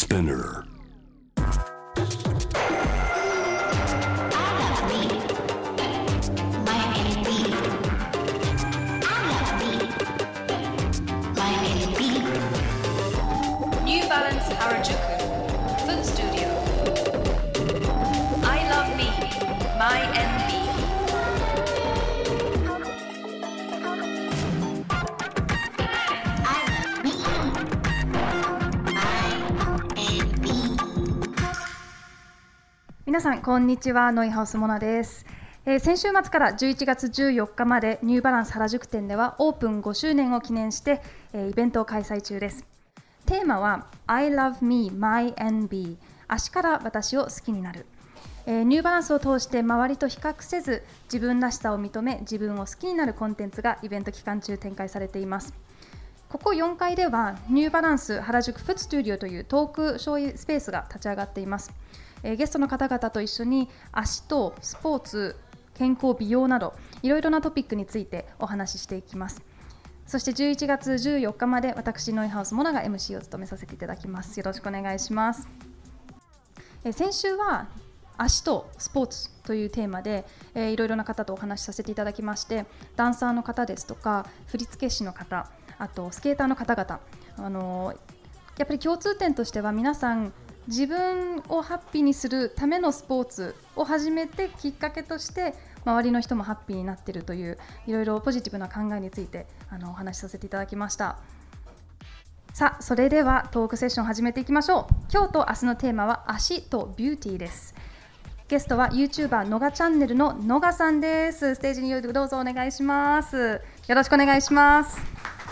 Spinner. New Balance Harajuku Foot Studio. I love me, my NB. 皆さんこんにちは、ノイハウスモナです。先週末から11月14日までニューバランス原宿店ではオープン5周年を記念して、イベントを開催中です。テーマは I love me, my NB 足から私を好きになる。ニューバランスを通して周りと比較せず自分らしさを認め自分を好きになるコンテンツがイベント期間中展開されています。ここ4階ではニューバランス原宿フットスタジオというトークショースペースが立ち上がっています。ゲストの方々と一緒に足とスポーツ、健康、美容などいろいろなトピックについてお話ししていきます。そして11月14日まで私ノイハウスモナが MC を務めさせていただきます。よろしくお願いします。先週は足とスポーツというテーマで、いろいろな方とお話しさせていただきまして、ダンサーの方ですとか振付師の方、あとスケーターの方々、やっぱり共通点としては皆さん自分をハッピーにするためのスポーツを始めてきっかけとして周りの人もハッピーになっているといういろいろポジティブな考えについてお話しさせていただきました。さあそれではトークセッション始めていきましょう。今日と明日のテーマは足とビューティーです。ゲストは YouTuber のがチャンネルののがさんです。ステージにどうぞお願いします。よろしくお願いします。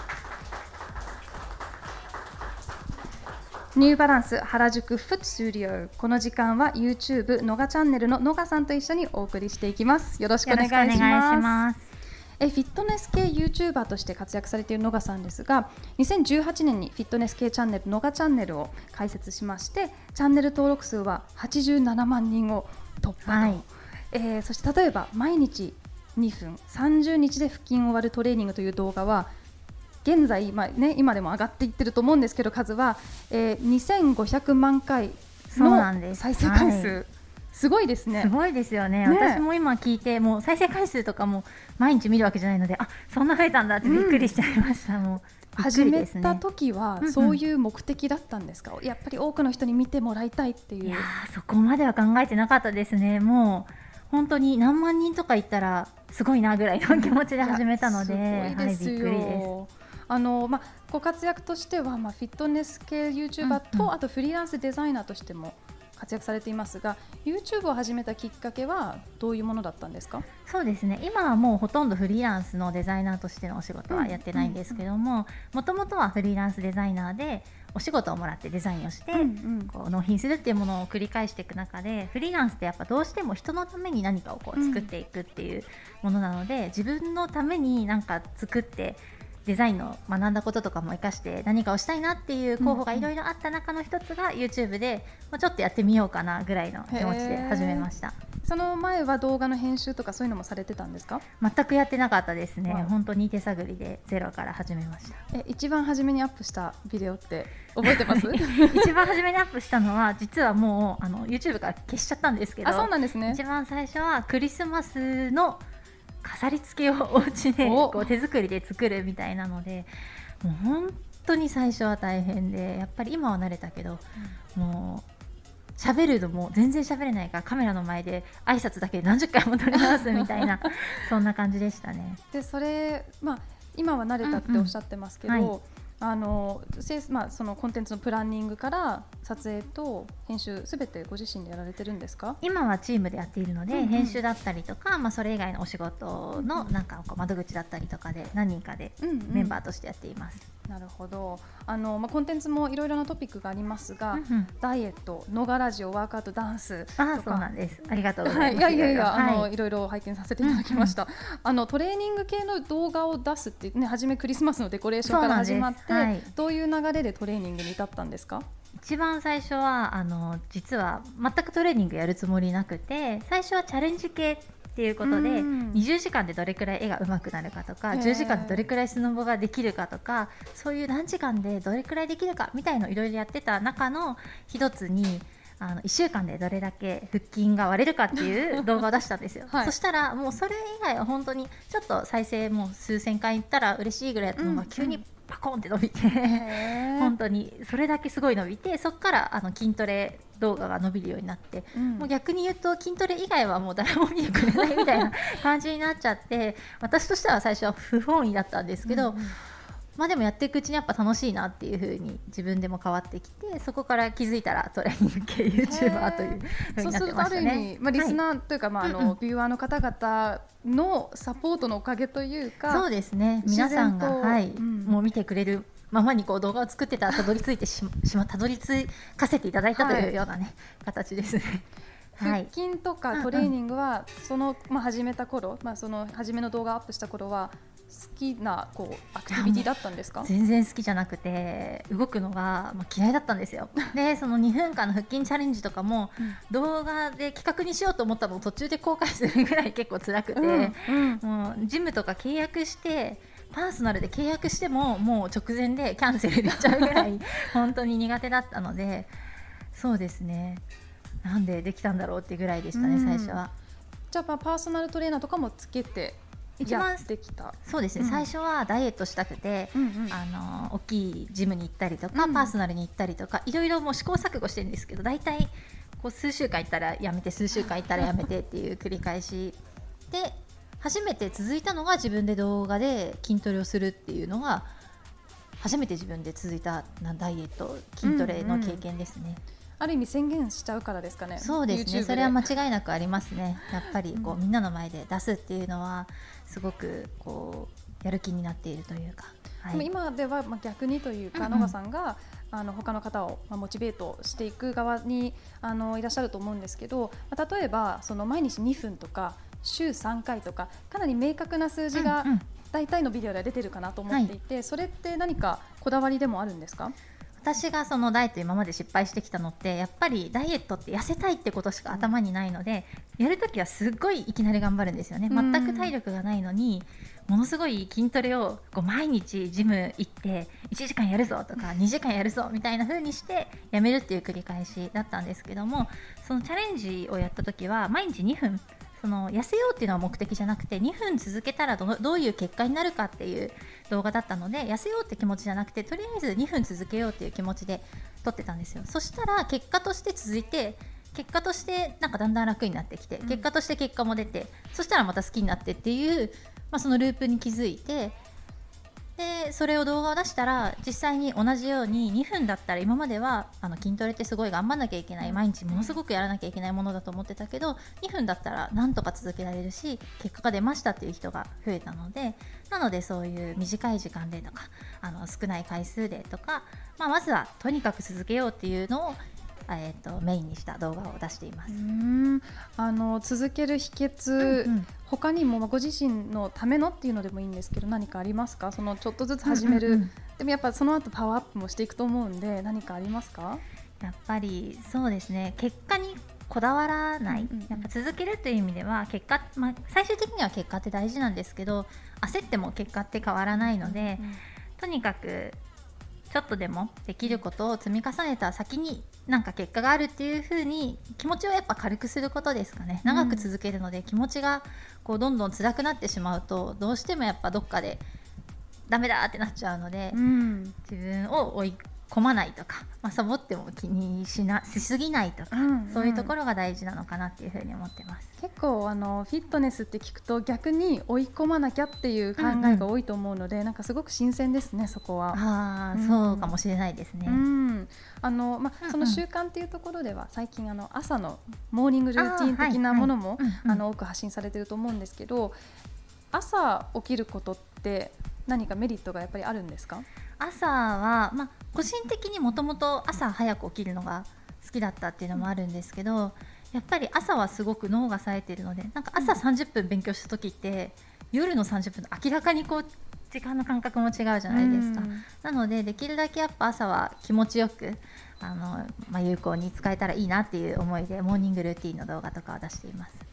ニューバランス原宿フットスタジオ、この時間は YouTube のがチャンネルののがさんと一緒にお送りしていきます。よろしくお願いします。フィットネス系 YouTuber として活躍されているのがさんですが、2018年にフィットネス系チャンネルのがチャンネルを開設しまして、チャンネル登録数は87万人を突破と、そして例えば毎日2分30日で腹筋を割るトレーニングという動画は現在、今でも上がっていってると思うんですけど、数は、2500万回の再生回数、すごいですね。 すごいですよね。私も今聞いて、もう再生回数とかも毎日見るわけじゃないので、あ、そんな増えたんだってびっくりしちゃいました。もう始めた時はそういう目的だったんですか？やっぱり多くの人に見てもらいたいっていう。 いや、そこまでは考えてなかったですね。もう本当に何万人とかいったらすごいなぐらいの気持ちで始めたので、 すごいですよ。 びっくりです。 ご活躍としては、フィットネス系 YouTuber と、あとフリーランスデザイナーとしても活躍されていますが、 YouTube を始めたきっかけはどういうものだったんですか？ そうですね、今はもうほとんどフリーランスのデザイナーとしてのお仕事はやってないんですけども、もともとはフリーランスデザイナーでお仕事をもらってデザインをして、こう納品するっていうものを繰り返していく中で、フリーランスってやっぱどうしても人のために何かをこう作っていくっていうものなので、自分のために何か作ってデザインの学んだこととかも生かして何かをしたいなっていう候補がいろいろあった中の一つが YouTube で、ちょっとやってみようかなぐらいの気持ちで始めました。 その前は動画の編集とかそういうのもされてたんですか？ 全くやってなかったですね。本当に手探りでゼロから始めました。 一番初めにアップしたビデオって覚えてます？ 一番初めにアップしたのは実はもうYouTube から消しちゃったんですけど。 あ、そうなんですね。 一番最初はクリスマスの飾り付けをお家でこう手作りで作るみたいなので、もう本当に最初は大変で、やっぱり今は慣れたけど、もう喋るのも全然喋れないからカメラの前で挨拶だけで何十回も撮り直すみたいなそんな感じでしたね。 でそれ、今は慣れたっておっしゃってますけど、そのコンテンツのプランニングから撮影と編集すべてご自身でやられてるんですか？ 今はチームでやっているので、編集だったりとか、それ以外のお仕事のなんかこう窓口だったりとかで何人かでメンバーとしてやっています。 なるほど。コンテンツもいろいろなトピックがありますが、ダイエット、ノガラジオ、ワークアウト、ダンスとか。 そうなんです。ありがとうございます。 いろいろ拝見させていただきました。トレーニング系の動画を出すってね、初めクリスマスのデコレーションから始まって、どういう流れでトレーニングに至ったんですか？ 一番最初は実は全くトレーニングやるつもりなくて、最初はチャレンジ系っていうことで20時間でどれくらい絵が上手くなるかとか10時間でどれくらいスノボができるかとかそういう何時間でどれくらいできるかみたいのをいろいろやってた中の一つに1週間でどれだけ腹筋が割れるかっていう動画を出したんですよ、はい、そしたらもうそれ以外は本当にちょっと再生もう数千回いったら嬉しいぐらいだったのが急にパコンって伸びて、本当にそれだけすごい伸びてそこから筋トレ動画が伸びるようになって、もう逆に言うと筋トレ以外はもう誰も見てくれないみたいな感じになっちゃって私としては最初は不本意だったんですけど、まあでもやっていくうちにやっぱ楽しいなっていう風に自分でも変わってきてそこから気づいたらトレーニング系 YouTuber という風になってましたね。そうするとある意味、リスナーというか、ビューアーの方々のサポートのおかげというかそうですね皆さんが、もう見てくれるままにこう動画を作ってたらたどり着かせていただいたというようなね、形ですね。 腹筋とかトレーニングはその、始めた頃、その初めの動画アップした頃は好きなアクティビティだったんですか？ 全然好きじゃなくて動くのが嫌いだったんですよ。でその2分間の腹筋チャレンジとかも、動画で企画にしようと思ったのを途中で公開するぐらい結構辛くて、もうジムとか契約してパーソナルで契約してももう直前でキャンセルできちゃうぐらい本当に苦手だったので、そうですねなんでできたんだろうっていうぐらいでしたね、最初は。 じゃあパーソナルトレーナーとかもつけてやってきた？ そうですね、最初はダイエットしたくて、大きいジムに行ったりとか、パーソナルに行ったりとかいろいろもう試行錯誤してるんですけど、大体こう数週間行ったらやめて数週間行ったらやめてっていう繰り返しで初めて続いたのが自分で動画で筋トレをするっていうのが初めて自分で続いたダイエット筋トレの経験ですね。 ある意味宣言しちゃうからですかね。 そうですね、それは間違いなくありますね。やっぱりみんなの前で出すっていうのはすごくやる気になっているというか、 でも今では逆にというか、野賀さんが他の方をモチベートしていく側にいらっしゃると思うんですけど、例えばその毎日2分とか週3回とかかなり明確な数字が大体のビデオでは出てるかなと思っていて、それって何かこだわりでもあるんですか？ 私がそのダイエット今まで失敗してきたのってやっぱりダイエットって痩せたいってことしか頭にないので、やるときはすっごいいきなり頑張るんですよね。全く体力がないのにものすごい筋トレを毎日ジム行って1時間やるぞとか2時間やるぞみたいな風にしてやめるっていう繰り返しだったんですけども、そのチャレンジをやったときは毎日2分痩せようっていうのは目的じゃなくて2分続けたらどういう結果になるかっていう動画だったので、痩せようって気持ちじゃなくてとりあえず2分続けようっていう気持ちで撮ってたんですよ。そしたら結果として続いて結果としてだんだん楽になってきて、結果として結果も出て、そしたらまた好きになってっていう、そのループに気づいて、でそれを動画を出したら実際に同じように2分だったら今までは筋トレってすごい頑張んなきゃいけない、毎日ものすごくやらなきゃいけないものだと思ってたけど2分だったらなんとか続けられるし結果が出ましたっていう人が増えたので、なのでそういう短い時間でとか少ない回数でとか、まずはとにかく続けようっていうのをメインにした動画を出しています。 続ける秘訣、他にもご自身のためのっていうのでもいいんですけど何かありますか？そのちょっとずつ始める、でもやっぱその後パワーアップもしていくと思うんで何かありますか？ やっぱりそうですね、結果にこだわらない、やっぱ続けるという意味では結果、最終的には結果って大事なんですけど焦っても結果って変わらないので、とにかくちょっとでもできることを積み重ねた先になんか結果があるっていう風に気持ちをやっぱ軽くすることですかね。長く続けるので気持ちがどんどん辛くなってしまうとどうしてもやっぱどっかでダメだってなっちゃうので、自分を追い込まないとか、サボっても気にしすぎないとか、そういうところが大事なのかなっていうふうに思ってます。 結構フィットネスって聞くと逆に追い込まなきゃっていう考えが多いと思うので、なんかすごく新鮮ですね、そこは。 そうかもしれないですね。 その習慣っていうところでは最近朝のモーニングルーティン的なものも多く発信されてると思うんですけど、朝起きることって何かメリットがやっぱりあるんですか？ 朝は、個人的にもともと朝早く起きるのが好きだったっていうのもあるんですけど、やっぱり朝はすごく脳が冴えているので、なんか朝30分勉強した時って、夜の30分と明らかに時間の感覚も違うじゃないですか。なのでできるだけやっぱ朝は気持ちよく有効に使えたらいいなっていう思いでモーニングルーティンの動画とかを出しています。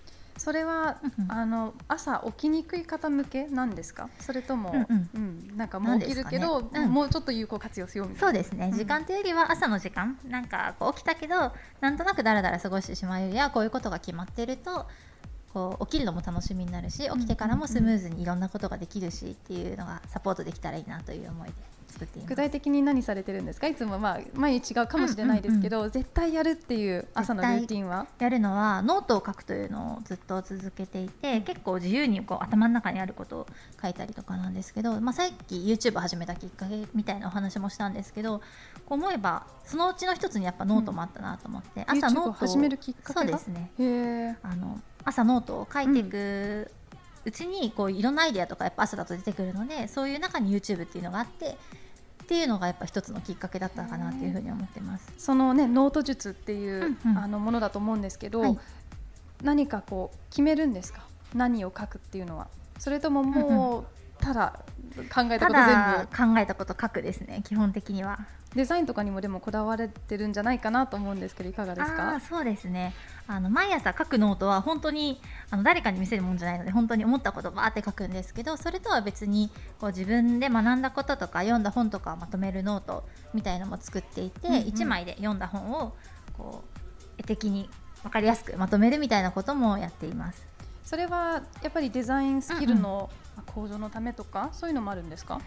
それは、朝起きにくい方向けなんですか？それとも、なんかもう起きるけど、もうちょっと有効活用しようみたいな。 そうですね、時間というよりは朝の時間、なんかこう起きたけどなんとなくだらだら過ごしてしまうよりは、こういうことが決まっているとこう起きるのも楽しみになるし、起きてからもスムーズにいろんなことができるしっていうのがサポートできたらいいなという思いで作っています。 具体的に何されてるんですか？いつも毎日違うかもしれないですけど、絶対やるっていう朝のルーティンは？ やるのはノートを書くというのをずっと続けていて、結構自由にこう頭の中にあることを書いたりとかなんですけど、さっき YouTube 始めたきっかけみたいなお話もしたんですけど、こう思えばそのうちの一つにやっぱノートもあったなと思って、 朝ノートを始めるきっかけが？ そうですね、朝ノートを書いていくうちにこういろんなアイデアとかやっぱ朝だと出てくるので、そういう中に YouTube っていうのがあっていうのがやっぱ一つのきっかけだったかなというふうに思ってます。 そのねノート術っていう、ものだと思うんですけど、何かこう決めるんですか？何を書くっていうのは。それとももう、ただ考えたこと全部考えたこと書くですね、基本的には。 デザインとかにもでもこだわれてるんじゃないかなと思うんですけど、いかがですか？ そうですね、毎朝書くノートは本当に誰かに見せるもんじゃないので、本当に思ったことをバーって書くんですけど、それとは別にこう自分で学んだこととか読んだ本とかをまとめるノートみたいなのも作っていて、1枚で読んだ本をこう絵的に分かりやすくまとめるみたいなこともやっています。 それはやっぱりデザインスキルの向上のためとか、そういうのもあるんですか？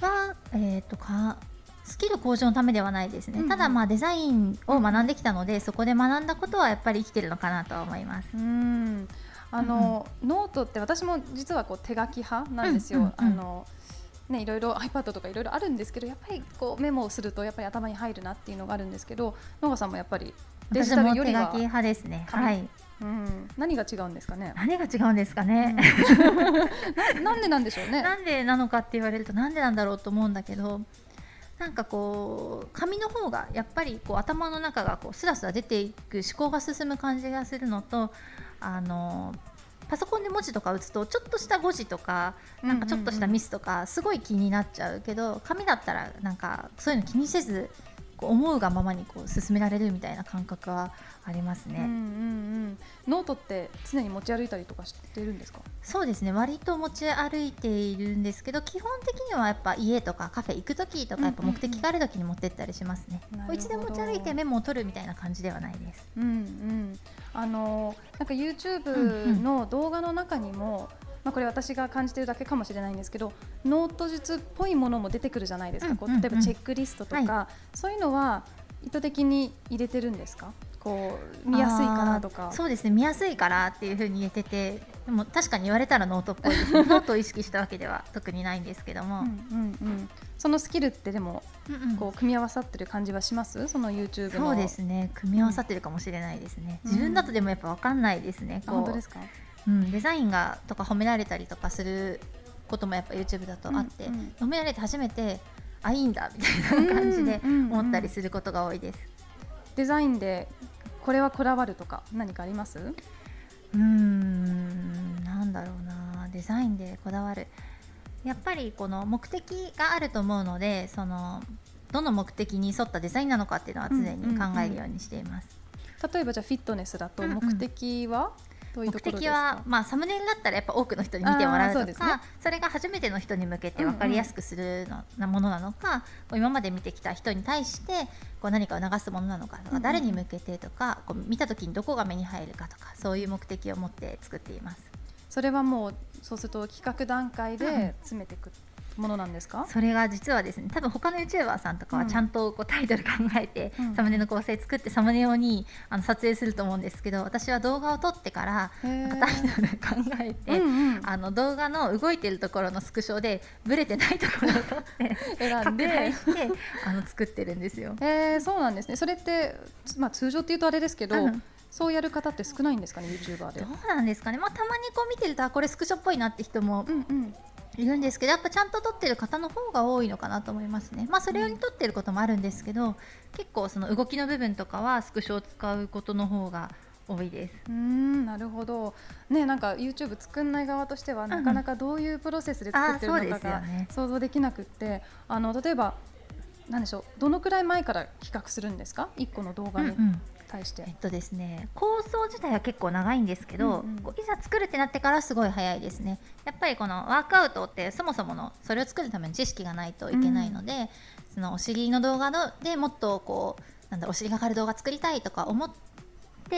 スキル向上のためではないですね、ただデザインを学んできたので、そこで学んだことはやっぱり生きてるのかなとは思います。 ノートって私も実はこう手書き派なんですよ。いろいろ iPad とかいろいろあるんですけど、やっぱりこうメモをするとやっぱり頭に入るなっていうのがあるんですけど、野川さんもやっぱりデジタルよりは手書き派ですね。はい。 何が違うんですかね？ 何が違うんですかね。 なんでなんでしょうね。 なんでなのかって言われるとなんでなんだろうと思うんだけど、なんかこう紙の方がやっぱりこう頭の中がこうスラスラ出ていく、思考が進む感じがするのと、パソコンで文字とか打つとちょっとした誤字とか、なんかちょっとしたミスとかすごい気になっちゃうけど、紙だったらなんかそういうの気にせずこう思うがままにこう進められるみたいな感覚はありますね。 ノートって常に持ち歩いたりとかしてるんですか？ そうですね、割と持ち歩いているんですけど、基本的にはやっぱ家とかカフェ行くときとかやっぱ目的があるときに持ってったりしますね。いつでも持ち歩いてメモを取るみたいな感じではないです。 なんか YouTube の動画の中にも、これ私が感じてるだけかもしれないんですけど、ノート術っぽいものも出てくるじゃないですか。例えばチェックリストとか、そういうのは意図的に入れてるんですか？こう見やすいかなとか。 そうですね、見やすいからっていう風に言えてて、でも確かに言われたらノートっぽいですね。ノートを意識したわけでは特にないんですけども、 そのスキルってでも、こう組み合わさってる感じはします？その YouTube の。 そうですね、組み合わさってるかもしれないですね。自分だとでもやっぱ分かんないですね。 本当ですか？ デザインがとか褒められたりとかすることもやっぱ YouTube だとあって、褒められて初めていいんだみたいな感じで思ったりすることが多いです。 デザインでこれはこだわるとか何かあります？ なんだろうな、デザインでこだわる、やっぱりこの目的があると思うので、そのどの目的に沿ったデザインなのかっていうのは常に考えるようにしています。 例えばじゃあフィットネスだと目的はどういうところですか？ 目的は、サムネイルだったらやっぱ多くの人に見てもらうとか、それが初めての人に向けて分かりやすくするものなのか、今まで見てきた人に対してこう何かを流すものなのかとか、誰に向けてとか、こう見た時にどこが目に入るかとか、そういう目的を持って作っています。 それはもうそうすると企画段階で詰めていくものなんですか？ それが実はですね、多分他の YouTuber さんとかはちゃんとこうタイトル考えて、サムネの構成作ってサムネ用に撮影すると思うんですけど、私は動画を撮ってからタイトル考えて、動画の動いてるところのスクショでブレてないところを撮って選んでして作ってるんですよ。 そうなんですね。それって、通常っていうとあれですけど、そうやる方って少ないんですかね、 YouTuber で。 どうなんですかね、たまにこう見てるとこれスクショっぽいなって人もいるんですけど、やっぱちゃんと撮ってる方の方が多いのかなと思いますね。それ用に撮ってることもあるんですけど、結構その動きの部分とかはスクショを使うことの方が多いです。 なるほどね。なんか YouTube 作んない側としてはなかなかどういうプロセスで作ってるのかが想像できなくって、例えば何でしょう、どのくらい前から企画するんですか？1個の動画に返して。 ですね、構想自体は結構長いんですけど、こういざ作るってなってからすごい早いですね。やっぱりこのワークアウトってそもそものそれを作るための知識がないといけないので、そのお尻の動画でもっとこうなんだろう、お尻が張る動画作りたいとか思って、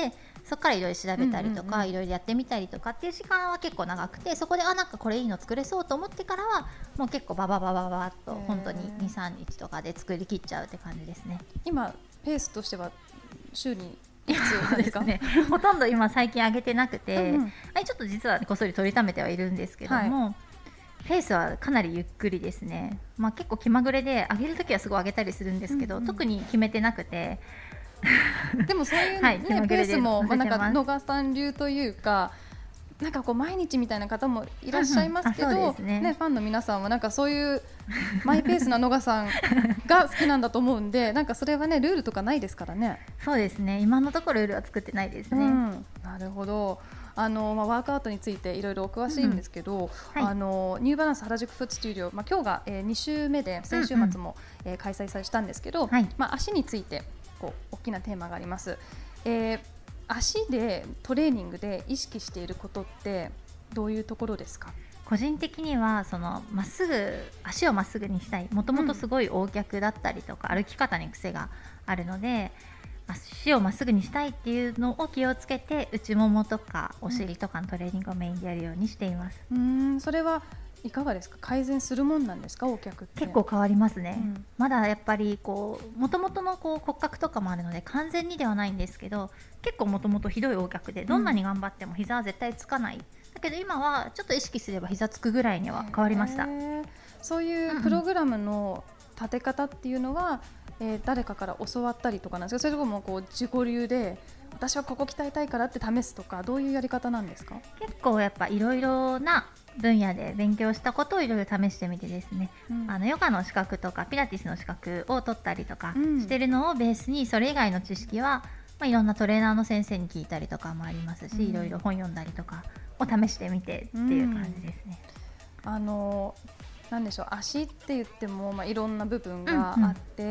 そこからいろいろ調べたりとか、いろいろやってみたりとかっていう時間は結構長くて、そこでなんかこれいいの作れそうと思ってからはもう結構バババババッと本当に 2,3 日とかで作りきっちゃうって感じですね。 今ペースとしては週にいくつですか？ ね、ほとんど今最近上げてなくて、ちょっと実はこっそり取りためてはいるんですけども、ペースはかなりゆっくりですね。結構気まぐれで上げるときはすごい上げたりするんですけど、特に決めてなくてでもそういう、ペースもなんか野川さん流というか、なんかこう毎日みたいな方もいらっしゃいますけど、ファンの皆さんはなんかそういうマイペースな野川さんが好きなんだと思うんで、なんかそれはねルールとかないですからね。 そうですね、今のところルールは作ってないですね。 なるほど。ワークアウトについていろいろお詳しいんですけど、ニューバランス原宿フットスタジオ、今日が、2週目で先週末も、開催したんですけど、足についてこう大きなテーマがあります。足でトレーニングで意識していることってどういうところですか？ 個人的にはその足をまっすぐにしたい、もともとすごい横脚だったりとか、歩き方に癖があるので足をまっすぐにしたいっていうのを気をつけて、内ももとかお尻とかのトレーニングをメインでやるようにしています。 それはいかがですか？改善するもんなんですか？横脚って結構変わりますね。まだやっぱりこう元々のこう骨格とかもあるので完全にではないんですけど、結構もともとひどい横脚でどんなに頑張っても膝は絶対つかない、だけど今はちょっと意識すれば膝つくぐらいには変わりました。 そういうプログラムの立て方っていうのは、誰かから教わったりとかなんですか？それともこう自己流で私はここ鍛えたいからって試すとか、どういうやり方なんですか？ 結構やっぱいろいろな分野で勉強したことをいろいろ試してみてですね、ヨガの資格とかピラティスの資格を取ったりとかしてるのをベースに、それ以外の知識はいろんなトレーナーの先生に聞いたりとかもありますし、いろいろ本読んだりとかを試してみてっていう感じですね。 なんでしょう、足って言っても、いろんな部分があって、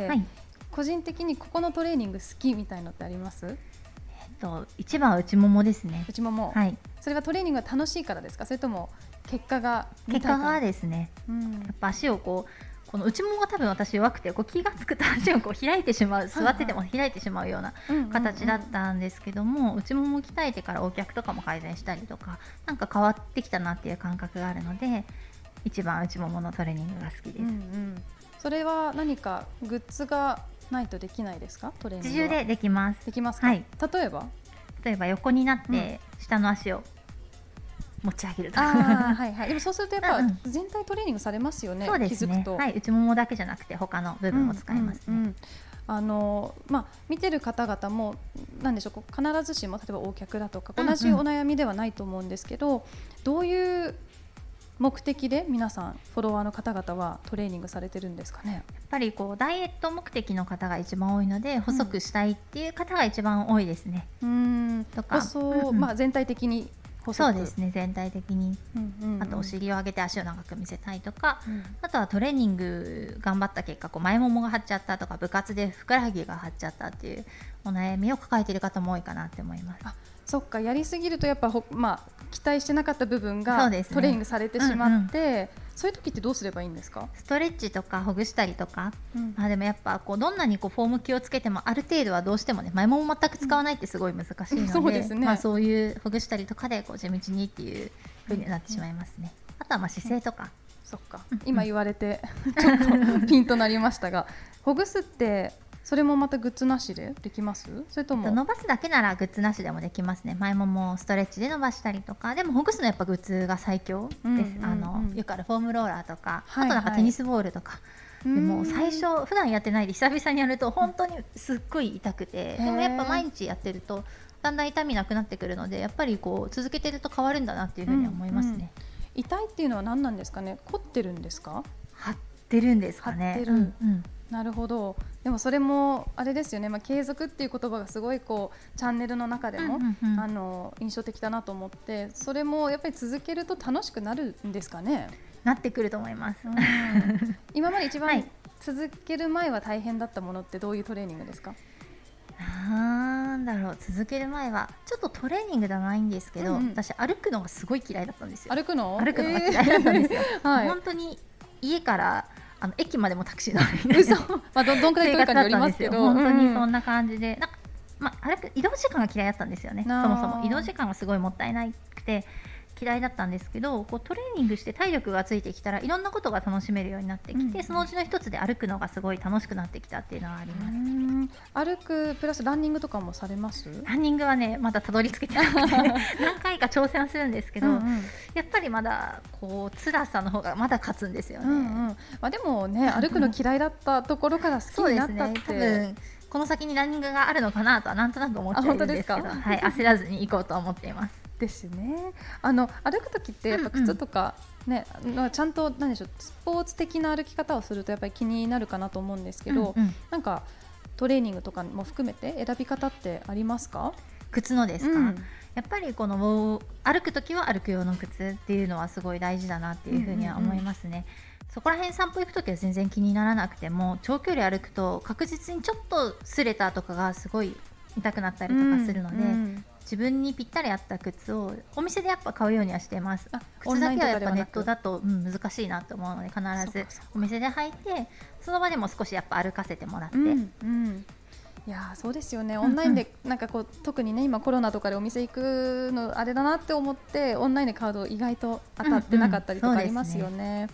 個人的にここのトレーニング好きみたいのってあります？ 一番は内ももですね。 内もも、それはトレーニングが楽しいからですか？それとも結果がですね、やっぱ足をこの内ももが多分私弱くて、気がつくと足を開いてしまう、座ってても開いてしまうような形だったんですけども、内ももを鍛えてから横脚とかも改善したりとか、なんか変わってきたなっていう感覚があるので、一番内もものトレーニングが好きです。 それは何かグッズがないとできないですか？トレーニングは自重でできます。 できますか？例えば横になって下の足を持ち上げるとか、でもそうするとやっぱ全体トレーニングされますよね。 そうですね、内ももだけじゃなくて他の部分も使いますね。 見てる方々も何でしょう、必ずしも例えば横脚だとか同じお悩みではないと思うんですけど、どういう目的で皆さんフォロワーの方々はトレーニングされてるんですかね？ やっぱりダイエット目的の方が一番多いので、細くしたいっていう方が一番多いですね。 とか全体的に細く。 そうですね、全体的に、あとお尻を上げて足を長く見せたいとか、あとはトレーニング頑張った結果前ももが張っちゃったとか、部活でふくらはぎが張っちゃったっていうお悩みを抱えている方も多いかなって思います。 そっか、やりすぎるとやっぱ期待してなかった部分がトレーニングされてしまって、そういう時ってどうすればいいんですか？ ストレッチとかほぐしたりとか、でもやっぱどんなにフォーム気をつけてもある程度はどうしてもね、前もも全く使わないってすごい難しいので、そうですね、そういうほぐしたりとかで地道にっていう風になってしまいますね。あとは姿勢とか。 そっか、今言われてちょっとピンとなりましたが、ほぐすってそれもまたグッズなしでできます？それとも伸ばすだけならグッズなしでもできますね。前ももストレッチで伸ばしたりとか、でもほぐすのはやっぱグッズが最強です。よくあるフォームローラーとか、あとなんかテニスボールとか、でも最初普段やってないで久々にやると本当にすっごい痛くて、でもやっぱ毎日やってるとだんだん痛みなくなってくるので、やっぱり続けてると変わるんだなっていうふうに思いますね。 痛いっていうのは何なんですかね？凝ってるんですか？ 張ってるんですかね。 なるほど。でもそれもあれですよね、継続っていう言葉がすごいチャンネルの中でも、印象的だなと思って、それもやっぱり続けると楽しくなるんですかね？ なってくると思います。 今まで一番続ける前は大変だったものってどういうトレーニングですか？ なんなんだろう、続ける前はちょっとトレーニングではないんですけど、私歩くのがすごい嫌いだったんですよ。 歩くのが嫌いだったんですよ、 はい、 本当に家から駅までもタクシー乗るみたいなどんくらい遠いかによりますけど、 本当にそんな感じで、歩く移動時間が嫌いだったんですよね。そもそも移動時間がすごいもったいなくて嫌いだったんですけど、こうトレーニングして体力がついてきたらいろんなことが楽しめるようになってきて、そのうちの一つで歩くのがすごい楽しくなってきたっていうのはあります。 歩くプラスランニングとかもされます？ ランニングはねまだたどり着けてなくて何回か挑戦するんですけど、やっぱりまだこう辛さの方がまだ勝つんですよね。 でもね、歩くの嫌いだったところから好きになったってそうですね、多分この先にランニングがあるのかなとはなんとなく思っているんですけど、焦らずに行こうと思っています。 ですね。歩く時ってやっぱ靴とかね、ちゃんと何でしょう、スポーツ的な歩き方をするとやっぱり気になるかなと思うんですけど、なんかトレーニングとかも含めて選び方ってありますか？ 靴のですか？やっぱりこの歩く時は歩く用の靴っていうのはすごい大事だなっていうふうには思いますね。そこら辺散歩行く時は全然気にならなくても、長距離歩くと確実にちょっと擦れたとかがすごい痛くなったりとかするので、自分にぴったり合った靴をお店でやっぱ買うようにはしてます。靴だけはやっぱネットだと、難しいなと思うので必ずお店で履いて、その場でも少しやっぱ歩かせてもらって、 いやそうですよね。オンラインでなんかこう特にね今コロナとかでお店行くのあれだなって思ってオンラインで買うと意外と当たってなかったりとかありますよね。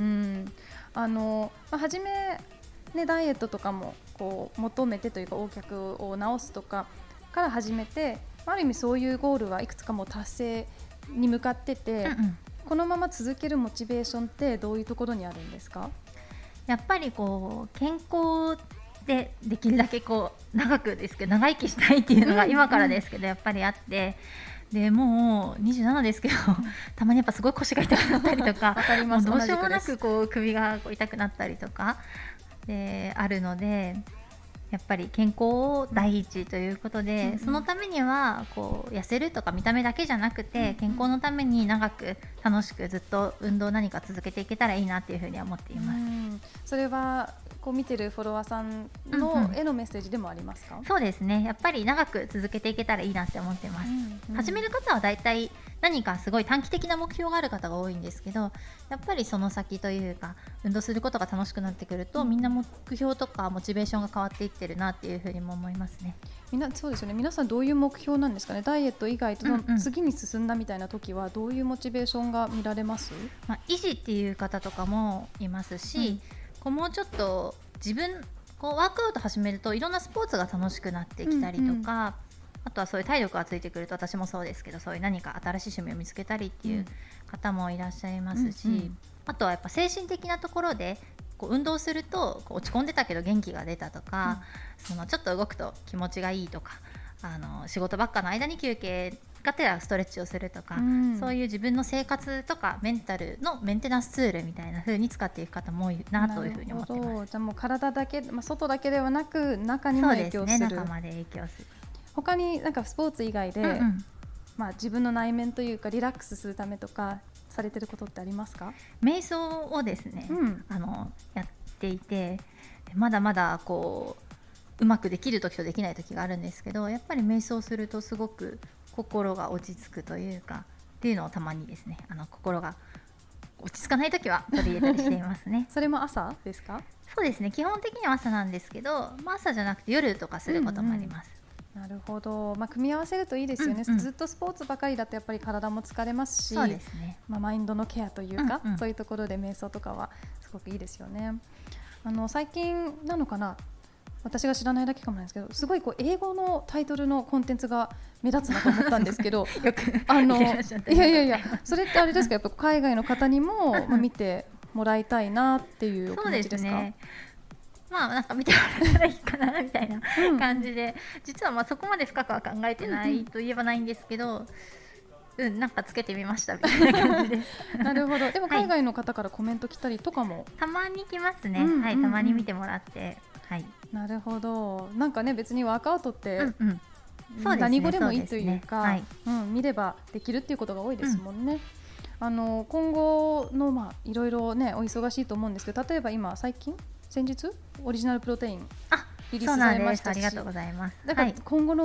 初めねダイエットとかもこう求めてというか、横脚を治すとかから始めて、ある意味そういうゴールはいくつかも達成に向かってて、このまま続けるモチベーションってどういうところにあるんですか？ やっぱりこう健康でできるだけこう長くですけど長生きしたいっていうのが今からですけどやっぱりあって、でもう27ですけどたまにやっぱすごい腰が痛くなったりとかもうどうしようもなくこう首がこう痛くなったりとかであるので、やっぱり健康を第一ということで、そのためにはこう痩せるとか見た目だけじゃなくて、健康のために長く楽しくずっと運動何か続けていけたらいいなっていうふうには思っています。 それはこう見てるフォロワーさんのへのメッセージでもありますか？ そうですね、やっぱり長く続けていけたらいいなって思ってます。始める方はだいたい何かすごい短期的な目標がある方が多いんですけど、やっぱりその先というか運動することが楽しくなってくると、みんな目標とかモチベーションが変わっていってるなっていうふうにも思いますね。 みんなそうですよね。皆さんどういう目標なんですかね？ダイエット以外と次に進んだみたいな時はどういうモチベーションが見られます？ 維持っていう方とかもいますし、こうもうちょっと自分こうワークアウト始めるといろんなスポーツが楽しくなってきたりとか、あとはそういう体力がついてくると、私もそうですけどそういう何か新しい趣味を見つけたりっていう方もいらっしゃいますし、あとはやっぱ精神的なところでこう運動するとこう落ち込んでたけど元気が出たとか、そのちょっと動くと気持ちがいいとか、仕事ばっかの間に休憩がてらストレッチをするとか、そういう自分の生活とかメンタルのメンテナンスツールみたいな風に使っていく方も多いなというふうに思っています。 じゃあもう体だけ、外だけではなく中にも影響する。 そうですね、中まで影響する。 他になんかスポーツ以外で、自分の内面というかリラックスするためとかされてることってありますか？ 瞑想をですね、やっていて、まだまだこうまくできる時とできない時があるんですけど、やっぱり瞑想するとすごく心が落ち着くというかっていうのをたまにですね、心が落ち着かない時は取り入れたりしていますね。 それも朝ですか？ そうですね、基本的には朝なんですけど、朝じゃなくて夜とかすることもあります。 なるほど、組み合わせるといいですよね。ずっとスポーツばかりだとやっぱり体も疲れますし、 そうですね、 マインドのケアというか、そういうところで瞑想とかはすごくいいですよね。最近なのかな、私が知らないだけかもなんですけど、すごいこう英語のタイトルのコンテンツが目立つなと思ったんですけどよくいやそれってあれですか、やっぱ海外の方にも見てもらいたいなっていうお気持ちですか？ そうですね、なんか見てもらったらいいかなみたいな感じで、実はそこまで深くは考えてないといえばないんですけど、なんかつけてみましたみたいな感じですなるほど。でも海外の方からコメント来たりとかも、 たまに来ますね。たまに見てもらって、 なるほど。なんかね、別にワークアウトって、何語でもいいというか、見ればできるっていうことが多いですもんね。今後のいろいろねお忙しいと思うんですけど、例えば今先日オリジナルプロテインリリースされましたし、 ありがとうございます。 だから今後の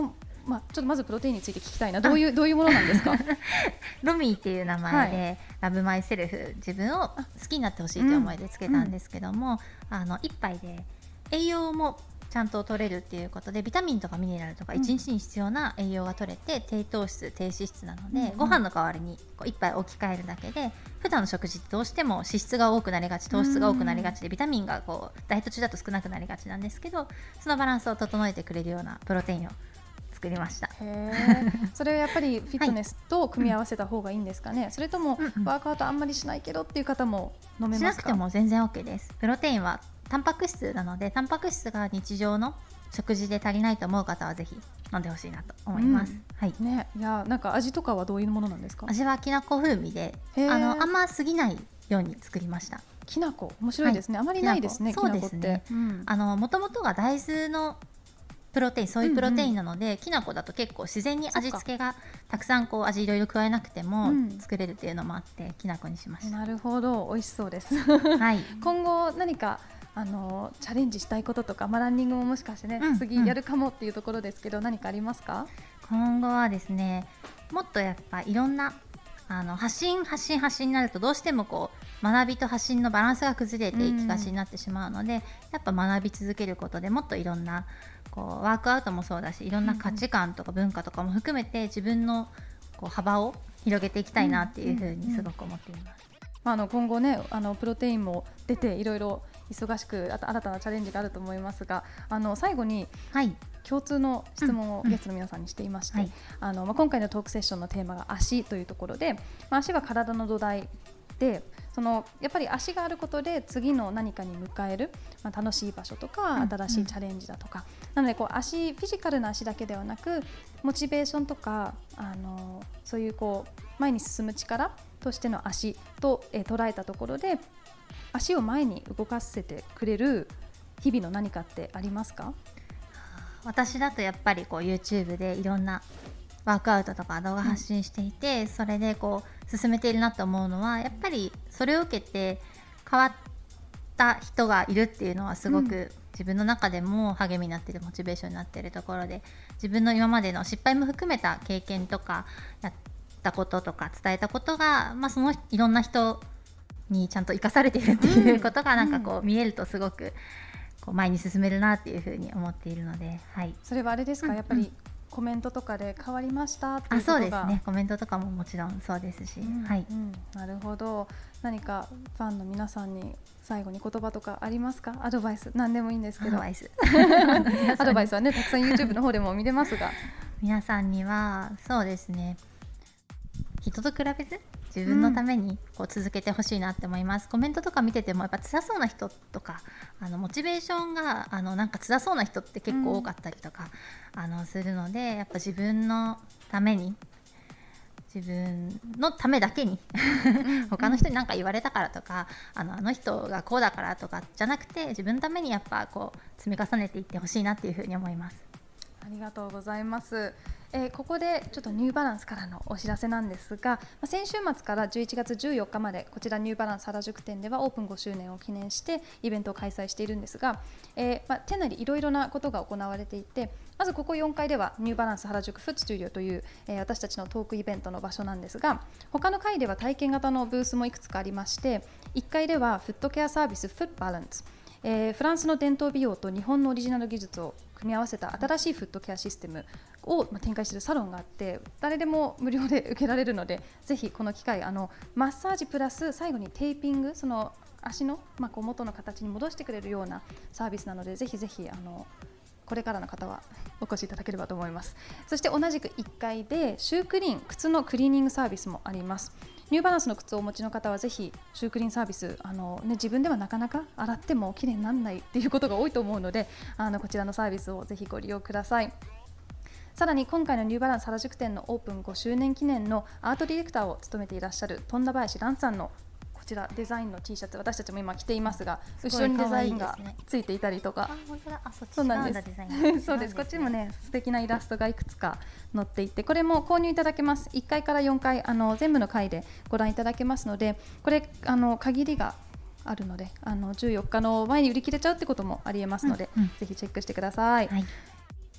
ちょっとまずプロテインについて聞きたいな。どういうものなんですか？ ロミーっていう名前で、ラブマイセルフ、自分を好きになってほしいという思いでつけたんですけども、1杯で栄養もちゃんと取れるっていうことで、ビタミンとかミネラルとか1日に必要な栄養が取れて、低糖質低脂質なので、ご飯の代わりに1杯置き換えるだけで、普段の食事ってどうしても脂質が多くなりがち、糖質が多くなりがちで、ビタミンがダイエット中だと少なくなりがちなんですけど、そのバランスを整えてくれるようなプロテインを作りました。 それはやっぱりフィットネスと組み合わせた方がいいんですかね？それともワークアウトあんまりしないけどっていう方も飲めますか？ しなくても全然 OK です。プロテインはタンパク質なので、タンパク質が日常の食事で足りないと思う方はぜひ飲んでほしいなと思います。 ね、いや、なんか味とかはどういうものなんですか？ 味はきなこ風味で、あんま過ぎないように作りました。 きなこ面白いですね。あまりないですね。 そうですね。もともとが大豆のプロテイン、ソイプロテインなので、きなこだと結構自然に味付けがたくさん味いろいろ加えなくても作れるっていうのもあって、きなこにしました。 なるほど、美味しそうです。今後何かチャレンジしたいこととか、ランニングももしかしてね、次やるかもっていうところですけど、何かありますか？ 今後はですね、もっとやっぱいろんな発信になると、どうしても学びと発信のバランスが崩れていきがちになってしまうので、やっぱ学び続けることでもっといろんなワークアウトもそうだし、いろんな価値観とか文化とかも含めて自分の幅を広げていきたいなっていうふうにすごく思っています。 今後ね、プロテインも出ていろいろ忙しく新たなチャレンジがあると思いますが、最後に共通の質問をゲストの皆さんにしていまして、今回のトークセッションのテーマが足というところで、足は体の土台で、やっぱり足があることで次の何かに迎える、楽しい場所とか新しいチャレンジだとか、なのでフィジカルな足だけではなく、モチベーションとかそういう前に進む力としての足と捉えたところで、足を前に動かせてくれる日々の何かってありますか？ 私だとやっぱりYouTube でいろんなワークアウトとか動画発信していて、それで進めているなと思うのは、やっぱりそれを受けて変わった人がいるっていうのはすごく自分の中でも励みになっている、モチベーションになっているところで、自分の今までの失敗も含めた経験とかやったこととか伝えたことが、そのいろんな人にちゃんと生かされているっていうことが見えるとすごく前に進めるなっていうふうに思っているので、 それはあれですか、やっぱりコメントとかで変わりましたっていうことが。 そうですね、コメントとかももちろんそうですし、 なるほど。何かファンの皆さんに最後に言葉とかありますか？アドバイス、何でもいいんですけど。アドバイスはね、たくさん YouTube の方でも見れますが、 皆さんにはそうですね、人と比べず自分のために続けてほしいなって思います。コメントとか見ててもやっぱ辛そうな人とか、モチベーションがなんか辛そうな人って結構多かったりとか、するので、やっぱ自分のために、自分のためだけに他の人に何か言われたからとか、あの人がこうだからとかじゃなくて、自分のためにやっぱ積み重ねていってほしいなっていうふうに思います。 ありがとうございます。ここでちょっとニューバランスからのお知らせなんですが、先週末から11月14日までこちらニューバランス原宿店ではオープン5周年を記念してイベントを開催しているんですが、店内でいろいろなことが行われていて、まずここ4階ではニューバランス原宿フットスタジオという、私たちのトークイベントの場所なんですが、他の階では体験型のブースもいくつかありまして、1階ではフットケアサービスフットバランス、フランスの伝統美容と日本のオリジナル技術を組み合わせた新しいフットケアシステムを展開しているサロンがあって、誰でも無料で受けられるので、ぜひこの機会マッサージプラス最後にテーピング、その足の、元の形に戻してくれるようなサービスなので、ぜひぜひこれからの方はお越しいただければと思います。そして同じく1階でシュークリーン、靴のクリーニングサービスもあります。ニューバランスの靴をお持ちの方はぜひシュークリーンサービス、自分ではなかなか洗ってもきれいにならないっていうことが多いと思うので、こちらのサービスをぜひご利用ください。さらに今回のニューバランス原宿店のオープン5周年記念のアートディレクターを務めていらっしゃる富田林蘭さんのこちらデザインの T シャツ、私たちも今着ていますが、後ろにデザインがついていたりとか、そうなんですそうです、こっちもね素敵なイラストがいくつか載っていて、これも購入いただけます。1階から4階全部の階でご覧いただけますので、これ限りがあるので14日の前に売り切れちゃうってこともありえますので、ぜひチェックしてください。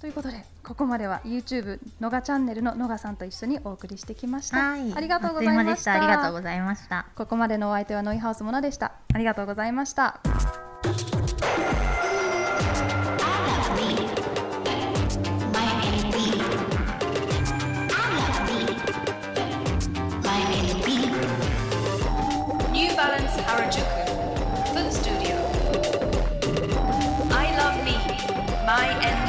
ということでここまでは YouTube のがチャンネルののがさんと一緒にお送りしてきました。 はい、 ありがとうございました。 ありがとうございました。 ここまでのお相手はノイハウスモナでした。ありがとうございました。 New Balance Harajuku Foot Studio. I love me, my